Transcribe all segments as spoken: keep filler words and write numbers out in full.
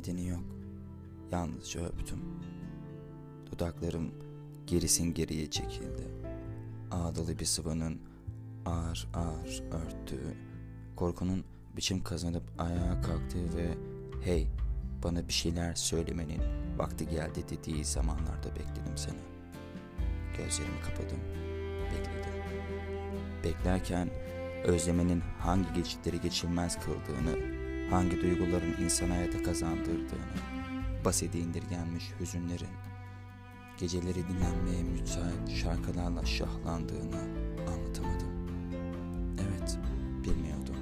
nedeni yok. Yalnızca öptüm. Dudaklarım gerisin geriye çekildi. Ağdalı bir sıvanın ağır ağır örttüğü, korkunun biçim kazanıp ayağa kalktığı ve "Hey, bana bir şeyler söylemenin vakti geldi" dediği zamanlarda bekledim seni. Gözlerimi kapadım, bekledim. Beklerken özlemenin hangi geçitleri geçilmez kıldığını, hangi duyguların insan hayata kazandırdığını, basite indirgenmiş hüzünlerin, geceleri dinlenmeye müsait şarkılarla şahlandığını anlatamadım. Evet, bilmiyordum.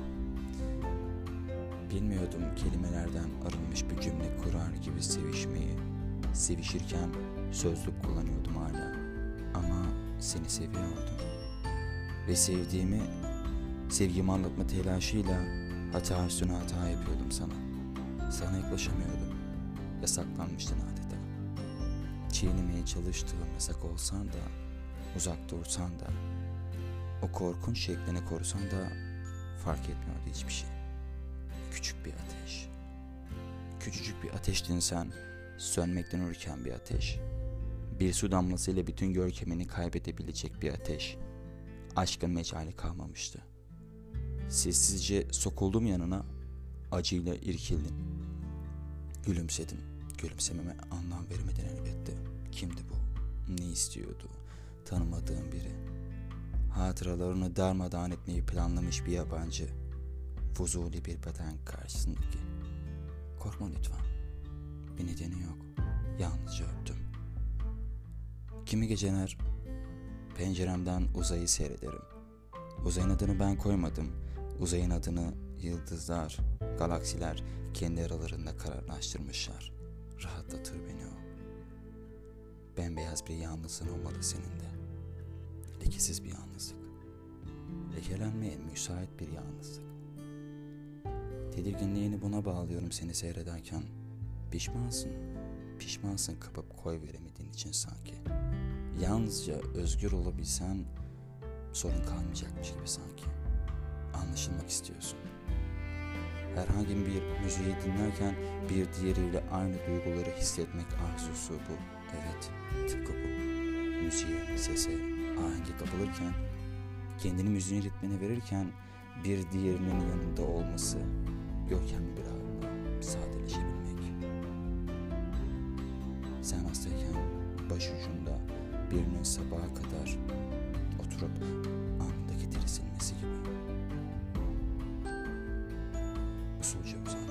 Bilmiyordum kelimelerden arınmış bir cümle kurar gibi sevişmeyi. Sevişirken sözlük kullanıyordum hala. Ama seni seviyordum. Ve sevdiğimi, sevgimi anlatma telaşıyla hata üstüne hata yapıyordum sana. Sana yaklaşamıyordum. Yasaklanmıştın adeta. Çiğnemeye çalıştığım yasak olsan da, uzak dursan da, o korkunç şekline korusan da fark etmiyordu hiçbir şey. Küçük bir ateş. Küçücük bir ateştin sen, sönmekten ürken bir ateş. Bir su damlasıyla bütün görkemini kaybedebilecek bir ateş. Aşkın mecali kalmamıştı. Sessizce sokuldum yanına, acıyla irkildim. Gülümsedim. Gülümsememe anlam vermeden elbette. Kimdi bu? Ne istiyordu? Tanımadığım biri. Hatıralarını darmadağın etmeyi planlamış bir yabancı. Fuzuli bir beden karşısındaki. Korkma lütfen. Bir nedeni yok. Yalnızca öptüm. Kimi geceler penceremden uzayı seyrederim. Uzayın adını ben koymadım. Uzayın adını yıldızlar, galaksiler kendi aralarında kararlaştırmışlar. Rahatlatır beni o. Bembeyaz bir yalnızlığın olmalı senin de. Lekesiz bir yalnızlık. Lekelenmeye müsait bir yalnızlık. Tedirginliğini buna bağlıyorum seni seyrederken. Pişmansın. Pişmansın kapıp koy veremediğin için sanki. Yalnızca özgür olabilsen sorun kalmayacakmış gibi sanki. Anlaşılmak istiyorsun. Herhangi bir müziği dinlerken bir diğeriyle aynı duyguları hissetmek arzusu bu. Evet, tıpkı bu. Müziğe, sese, ahenge kapılırken, kendini müziğin ritmine verirken bir diğerinin yanında olması, görkemli bir ağırlığa sadeleşebilmek. Sen hastayken başucunda birinin sabaha kadar oturup alnındaki teri silmesi gibi. Usulca güzel.